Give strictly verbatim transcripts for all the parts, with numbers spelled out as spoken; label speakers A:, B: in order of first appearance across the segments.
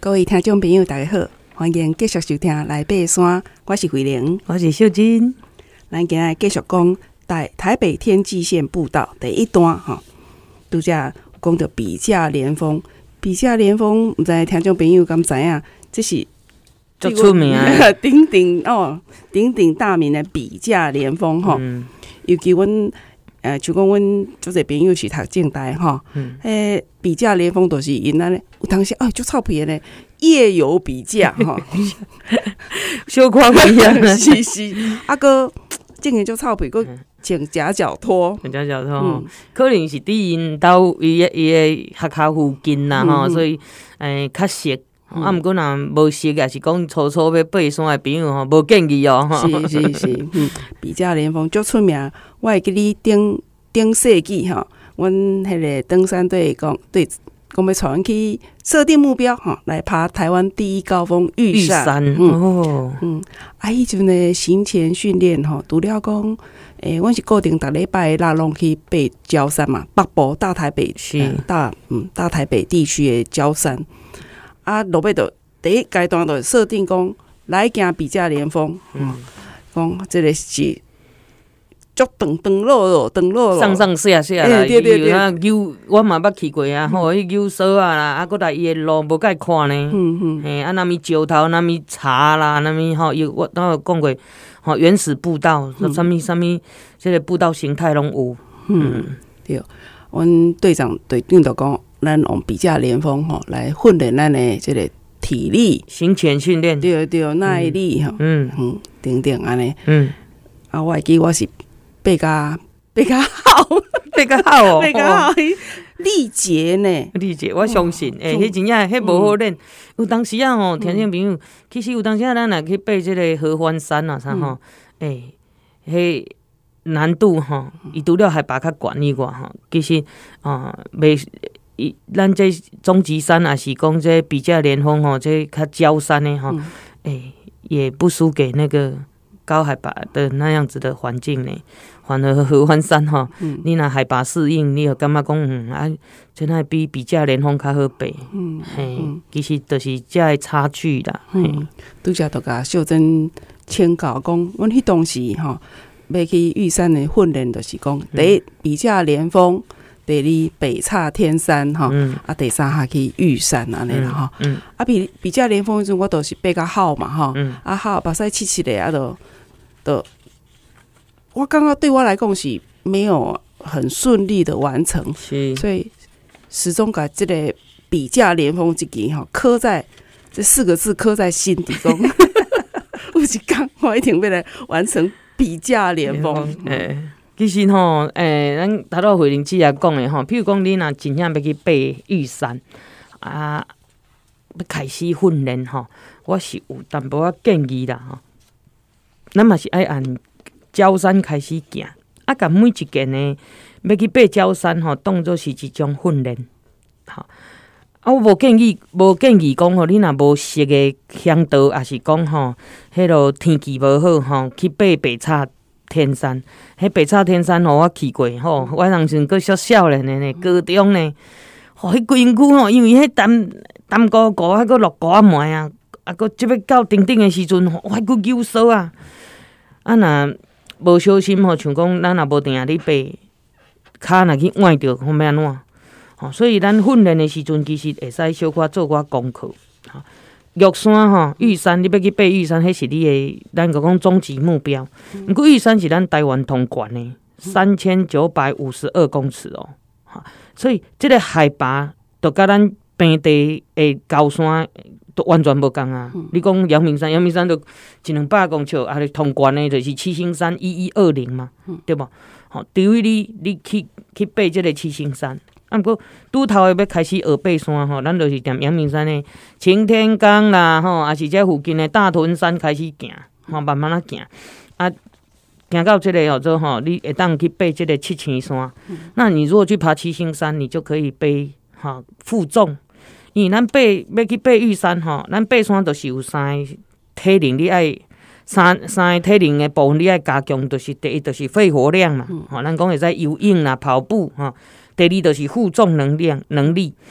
A: 各位听众朋友，大家好，欢迎继续收听《来爬山》，我是慧玲，
B: 我是秀珍。
A: 咱今日继续讲台台北天际线步道第一段哈，拄则讲到笔架连峰，笔架连峰，唔知听众朋友敢知影？这是
B: 足出名的
A: 鼎鼎哦，鼎鼎大名的笔架连峰吼。嗯、尤其阮呃，就讲阮足侪朋友是读政大吼，诶、嗯，笔架连峰就是因安尼，有当时哦，足臭屁的夜游笔架吼，
B: 小看不一样，
A: 是是，啊个真诶足臭屁，个穿夹脚拖，
B: 穿夹脚拖，嗯、可能是伫因兜伊个伊个学校附近啦吼，嗯、所以诶较熟。嗯、啊，毋过若无熟，也是讲初初要爬山的朋友吼，无建议哦。
A: 是是是，嗯，笔架连峰足出名。我会记你顶顶世纪吼，阮迄个登山队讲对，讲要带阮去设定目标吼，来爬台湾第一高峰玉山。玉山
B: 嗯、哦，
A: 嗯，啊，迄阵的行前训练吼，除了讲，诶、欸，阮是固定逐礼拜拉拢去爬礁山嘛，北部大台北是、呃、大嗯大台北地区的礁山。啊，落尾就第一阶段就设定讲来行笔架连峰，嗯，讲这个是足长长路咯，长路咯，
B: 上上下下啦，
A: 对对对，
B: 啊，牛我嘛捌去过啊，吼，迄牛索啊啦，啊，搁来伊个路无甲伊看呢，嗯嗯，嘿，啊，那么石头，那么茶啦，那么吼，有我都有讲过，吼，原始步道，啥物啥物，这个步道形态拢有，
A: 嗯，对，阮队长队长就讲。咱用笔架连峰吼来训练咱的这个体力、
B: 行前训练，
A: 对对，耐力吼，嗯嗯，等等安尼，嗯，啊，我会记我是爬甲爬甲好，
B: 爬甲好哦，
A: 爬甲好，力竭呢，
B: 力竭，我相信，诶、哦，迄、欸、真正迄无好练。嗯、有当时啊吼，听众朋友，其实有当时啊，咱若去爬这个合欢山啊啥吼，诶、嗯，迄、欸、难度吼，伊除了海拔较悬以外吼，其實啊袂。伊咱这终极山也是讲这笔架连峰吼，这较焦山的吼，哎、嗯欸，也不输给那个高海拔的那样子的环境呢。反而合欢山吼，嗯、你若海拔适应，你就感觉讲嗯啊，真系比笔架连峰较好爬。嗯，嘿，嗯、其实就是这个差距啦。嗯，
A: 拄则就甲秀珍请教讲，阮迄当时吼要去玉山的训练，就是讲第一笔架连峰。第二北岔天山哈，嗯、啊第三下去玉山安尼啦哈，嗯、啊比笔架连峰迄阵我都是爬较好嘛哈，嗯、啊好目屎七七的啊都都，我感觉对我来讲是没有很顺利的完成，所以始终把这个笔架连峰这个哈刻在这四个字刻在心底中，有一天我一定要来完成笔架连峰。
B: 其实吼，诶、欸，咱头拄慧玲姐也讲的吼，譬如讲你若真正要去爬玉山啊，要开始训练吼，我是有淡薄仔建议啦吼。咱嘛是爱按焦山开始行，啊，甲每一件呢要去爬焦山吼，当作是一种训练。吼，啊，我无建议，无建议讲吼，你若无熟的乡道，也是讲吼，迄落天气无好吼，去爬北岔天山，迄北岔天山吼，我去过吼，我当时阁小少年的呢，高中呢，吼，迄规身躯吼，因为迄淡淡高高，还阁落高啊糜啊，啊，阁即要到顶顶的时阵，吼，还阁扭缩啊，啊，若无小心吼，像讲咱若无定咧爬，骹若去崴着，吼要安怎？吼，所以咱训练的时阵，其实会使小可做寡功课，吼。玉山吼，玉山你要去爬玉山，迄是你的，咱个讲终极目标。毋过、嗯、玉山是咱台湾通悬的，三千九百五十二公尺哦，哈，所以这个海拔就甲咱平地的高山都完全无共啊。嗯、你讲阳明山，阳明山就一两百公尺，啊，通悬的就是七星山一一二零嘛，嗯、对无？吼，除非你你去去爬这个七星山。啊，毋过拄头的要开始学爬山吼，咱就是踮阳明山的擎天岗啦，吼，也是这附近的大屯山开始行，吼，慢慢啊行，啊，行到这个叫做吼，你会当去爬这个七星山。嗯、那你如果去爬七星山，你就可以背哈负重，因为咱爬要去爬玉山吼，咱爬山就是有三个体能，你爱三三个体能的部分，你爱加强，就是第一就是肺活量嘛，吼、嗯，咱讲会使游泳啦、跑步吼。第二就是负重能量能力，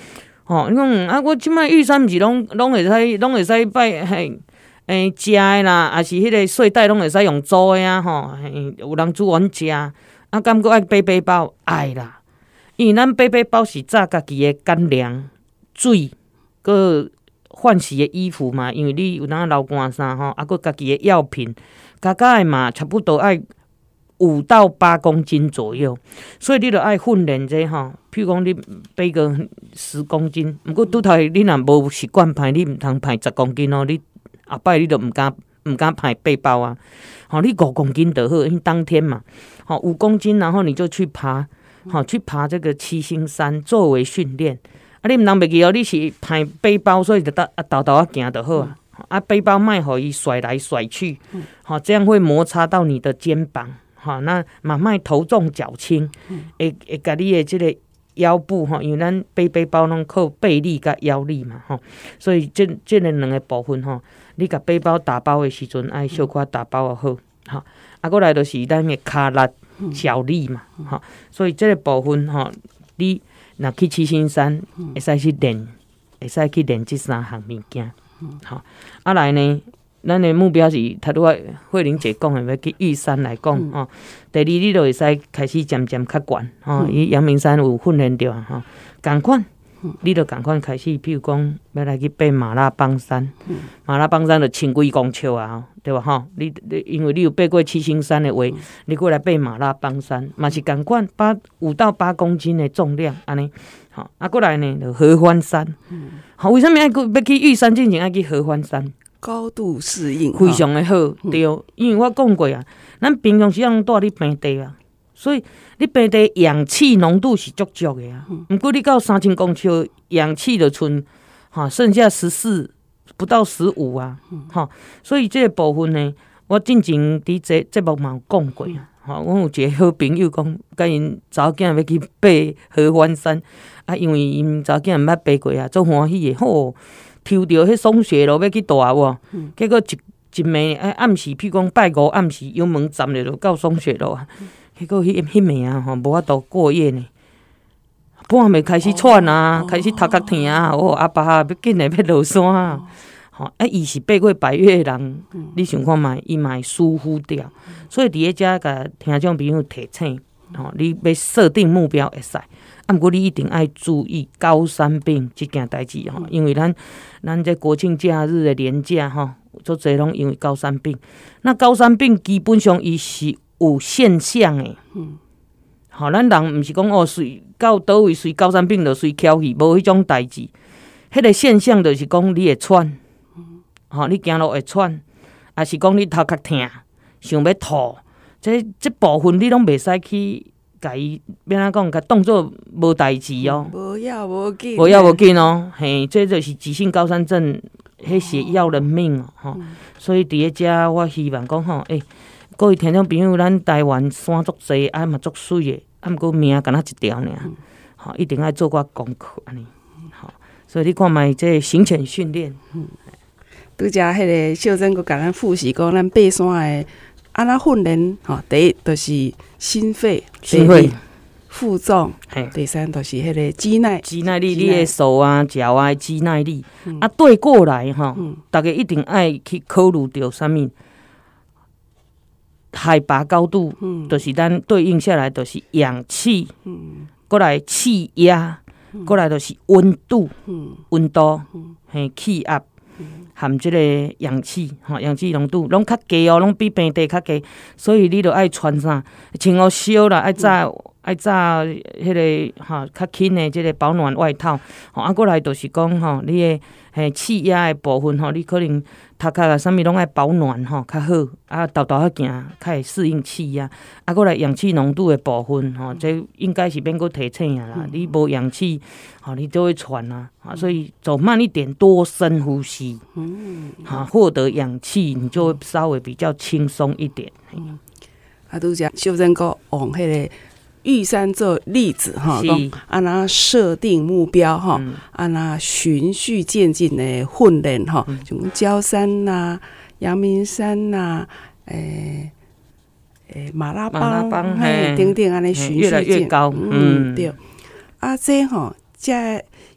B: 吼，你讲啊，我即摆玉山毋是拢拢会使，拢会使拜嘿，诶，食诶啦，也是迄个睡袋拢会使用租诶啊，吼，有人煮完食，啊，敢搁爱背背包，爱啦，因为咱背背包是炸家己诶干粮、水，搁换洗诶衣服嘛，因为你有当流汗衫吼，啊，搁家己诶药品，加加诶嘛，差不多爱五到八公斤左右，所以你著爱训练这吼。譬如讲，你背个十公斤，毋过拄头你若无习惯派，你毋通派十公斤哦。你后摆你著毋敢毋敢派背包啊。吼，你五公斤就好，因为当天嘛。吼，五公斤，然后你就去爬，吼，去爬这个七星山作为训练。啊，你毋通袂记哦，你是派背包，所以就啊豆豆啊行就好啊。啊，背包莫互伊甩来甩去，吼，这样会摩擦到你的肩膀。好，那嘛莫头重脚轻，会会甲你的这个腰部吼，因为咱背背包拢靠背力甲腰力嘛吼，所以这这个两个部分吼，你甲背包打包的时阵，爱小可打包就好，吼，啊，过来就是咱的骹力、脚力嘛，吼，所以这个部分吼，你若去七星山，会使去练，会使去练这三项物件，吼，啊来呢。咱的目标是，头拄仔慧玲姐讲的，要去玉山来讲吼、嗯。第二，你就会使开始渐渐较悬吼。伊、嗯、阳明山有训练着吼，共款，你就共款开始，譬如讲要来去爬马拉邦山，嗯、马拉邦山就千几公尺啊，对吧？吼，你你因为你有爬过七星山的话，嗯、你过来爬马拉邦山，嘛是共款，八五到八公斤的重量，安尼。好，啊，过来呢就合欢山。好、嗯，为什么爱要去玉山之前爱去合欢山？
A: 高度适应
B: 非常的好，嗯、对，因为我讲过啊，咱平常时通住伫平地啊，所以你平地氧气浓度是足足的啊。毋、嗯、过你到三千公尺，氧气就剩哈，剩下十四不到十五啊，哈、嗯，所以这个部分呢，我之前伫这节目嘛有讲过啊。哈，我有一个好朋友讲，甲因查某囝要去爬合欢山啊，因为因查某囝毋捌爬过啊，足欢喜的，吼。抽到迄松雪路要去住无，嗯、结果一一暝哎暗时，譬如讲拜五暗时，油门站咧就到松雪路啊。结果迄迄暝啊吼，无法度过夜呢。半暝开始喘啊，哦、开始头壳疼啊，哦阿爸要紧诶要落山啊。吼、哦，啊伊是爬过百岳的人，嗯、你想看觅，伊嘛会疏忽掉。嗯、所以伫咧遮甲听众朋友提醒，吼、哦，你要设定目标会使。啊，毋过你一定要注意高山病这件代志吼，因为咱咱这国庆假日的连假吼，足侪拢因为高山病。那高山病基本上伊是有现象的，嗯，吼，咱人毋是讲哦，随到倒位随高山病就随翘去，无迄种代志。迄个现象就是讲你会喘，吼，你行路会喘，也是讲你头壳疼，想要吐，这这部分你拢袂使去。甲伊要安怎讲？甲当作无代志哦，
A: 无要无紧，
B: 无要无紧哦。嘿，这就是急性高山症，迄是要人命哦。吼、嗯，所以伫咧遮，我希望讲吼，诶、欸，各位听众朋友，咱台湾山足济，啊嘛足水的，啊毋过命敢若一条尔，吼、嗯，一定要做寡功课安尼。吼，所以你看觅这行前训练，嗯，
A: 拄则迄个秀珍佫甲咱复习讲，咱爬山的。安那训练吼，第一就是心肺，
B: 心肺
A: 负重，第三就是迄个肌耐，
B: 肌耐力，你的手啊、脚啊肌耐力。嗯、啊，对过来吼，嗯、大家一定爱去考虑到啥物海拔高度，嗯、就是咱对应下来就是氧气，嗯、过来气压，嗯、过来就是温度，嗯、温度，嘿、嗯，气压。含即个氧气，吼，氧气浓度拢较低哦，拢比平地较低，所以你著爱穿啥，穿好烧啦，爱炸爱炸迄个吼较轻的即个保暖外套，吼，啊，过来就是讲吼，你的嘿气压的部分吼，你可能头壳啊啥物拢爱保暖吼较好，啊，豆豆仔行较会适应气压，啊，过来氧气浓度的部分吼，这应该是免阁提醒啊啦，嗯、你无氧气，吼，你就会喘啊，啊，所以走慢一点，多深呼吸。嗯，好，获得氧气，你就会稍微比较轻松一点。嗯，
A: 啊，拄则秀珍哥往迄个玉山做例子哈，讲安那设定目标哈，安那循序渐进的训练哈，像焦山呐、阳明山呐、诶诶马拉邦嘿等等安尼循序渐
B: 越来越高。
A: 嗯，对。啊，这吼，这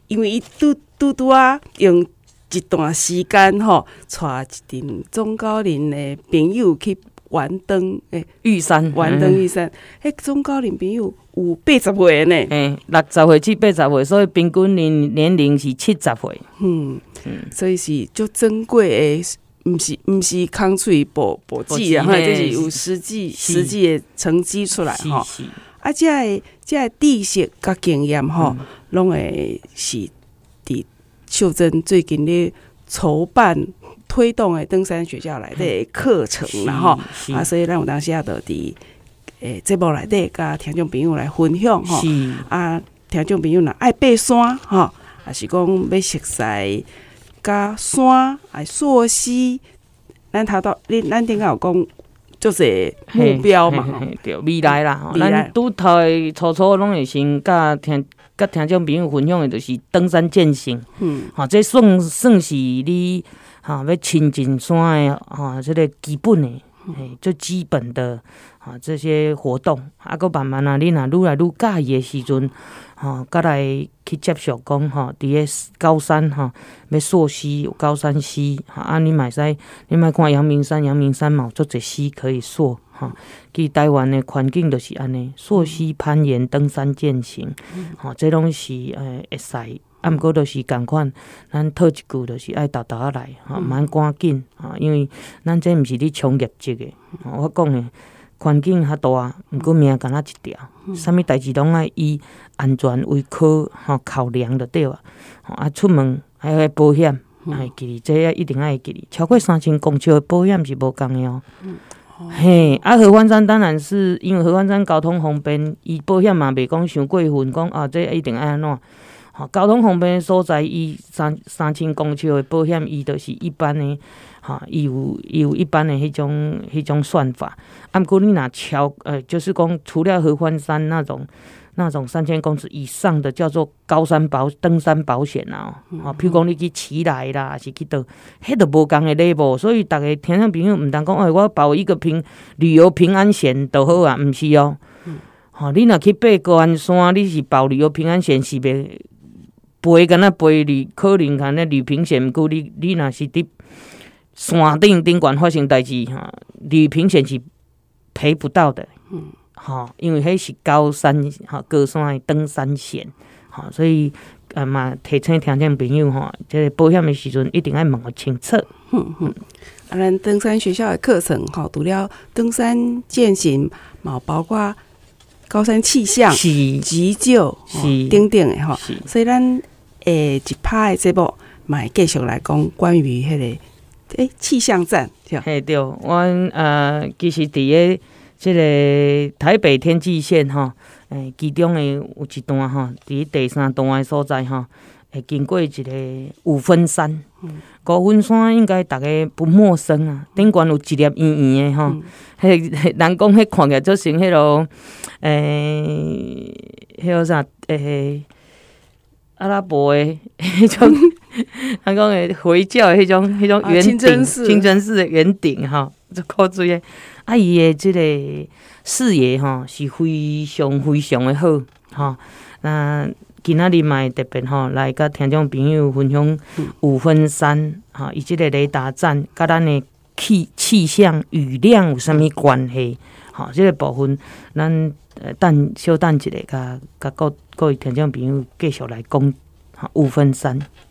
A: 因为伊拄拄拄啊用一段时间吼，带一阵中高龄的朋友去玩登诶
B: 玉山，
A: 玩登玉山，迄、嗯、中高龄朋友有八十岁呢，
B: 诶，六十岁至八十岁，所以平均年年龄是七十岁。
A: 嗯，嗯所以是足珍贵诶。毋是毋是空喙保保剂啊，这是有实际实际的成绩出来吼。啊，这个这个知识甲经验吼，拢、嗯、会是伫秀珍最近咧筹办推动的登山学校内底课程啦吼。啊，所以咱有当时啊，就伫诶节目内底甲听众朋友来分享吼。啊，听众朋友若爱爬山吼，也是讲要熟悉。甲山哎溯溪，咱头到你咱顶下有讲，就是目标嘛，
B: 对未来啦。咱拄头的初初拢会先甲听甲听众朋友分享的，就是登山健行。嗯，吼、喔，这算算是你哈、喔、要亲近山的哈，这、喔、个基本的，嘿，最基本的哈、喔、这些活动，啊，搁慢慢啊，你若愈来愈介意的时阵。吼，甲、喔、来去接受讲吼，伫、喔、个高山吼、喔，要溯溪有高山溪，吼、喔、啊，你嘛使，你莫看阳明山，阳明山嘛有足侪溪可以溯，吼、喔，其台湾的环境就是安尼，溯溪、攀岩、登山、健行，吼、喔，这拢是诶会使，啊，毋过就是共款，咱套一句就是爱豆豆仔来，吼、喔，蛮赶紧，吼、喔，因为咱这毋是咧冲业绩的，吼、喔，我讲诶。环境较大，毋过命干那一条，啥物代志拢爱以安全为考吼考量就对啊。啊，出门还要保险，爱记哩，这一定爱记哩。超过三千公尺的保险是无共的哦。嗯、嘿，啊，合欢山当然是因为合欢山交通方便，伊保险嘛袂讲伤过分，讲啊，这一定爱安怎？吼，交通方便的所在，伊三三千公尺的保险，伊就是一般的。哈，伊有伊有一般的迄种迄种算法，啊，毋过你若超呃，就是讲除了合欢山那种那种三千公尺以上的，叫做高山保登山保险啊，哦，譬如讲你去奇来啦，还是去倒，迄都无共的 level， 所以逐个听众朋友毋通讲，哎，我保一个平旅游平安险就好啊，毋是哦，吼、嗯，你若去爬高安山，你是保旅游平安险是袂赔敢若赔旅可能敢若旅平险，毋过你你若是伫山顶顶悬发生代志哈，旅平险是赔不到的，嗯，好，因为迄是高山哈高山的登山险，好，所以啊嘛提醒听众朋友哈，这个保险的时阵一定要问个清楚。
A: 嗯嗯，啊，咱登山学校的课程哈，除了登山健行，嘛包括高山气象、急救、等等的哈，所以咱诶一趴的节目，嘛继续来讲关于迄、那个。诶，气象站，
B: 嘿对，阮呃其实伫个即个台北天际线吼，诶，其中的有一段吼，伫第三段的所在吼，会经过一个五分山。嗯、五分山应该大家不陌生啊，顶悬有一粒圆圆的吼，迄、嗯、人讲迄看起来就像迄落，诶，迄落啥诶。阿拉伯的迄种，人讲的回教的迄种、迄种圆顶，清真寺的圆顶吼，就靠住个。啊，伊的即个视野吼是非常非常的好吼。那今仔日嘛特别吼来甲听众朋友分享五分山吼，伊即个雷达站甲咱的气气象雨量有啥物关系？吼，即、这个部分咱。呃，等稍等一下，甲甲各各位听众朋友继续来讲五分山。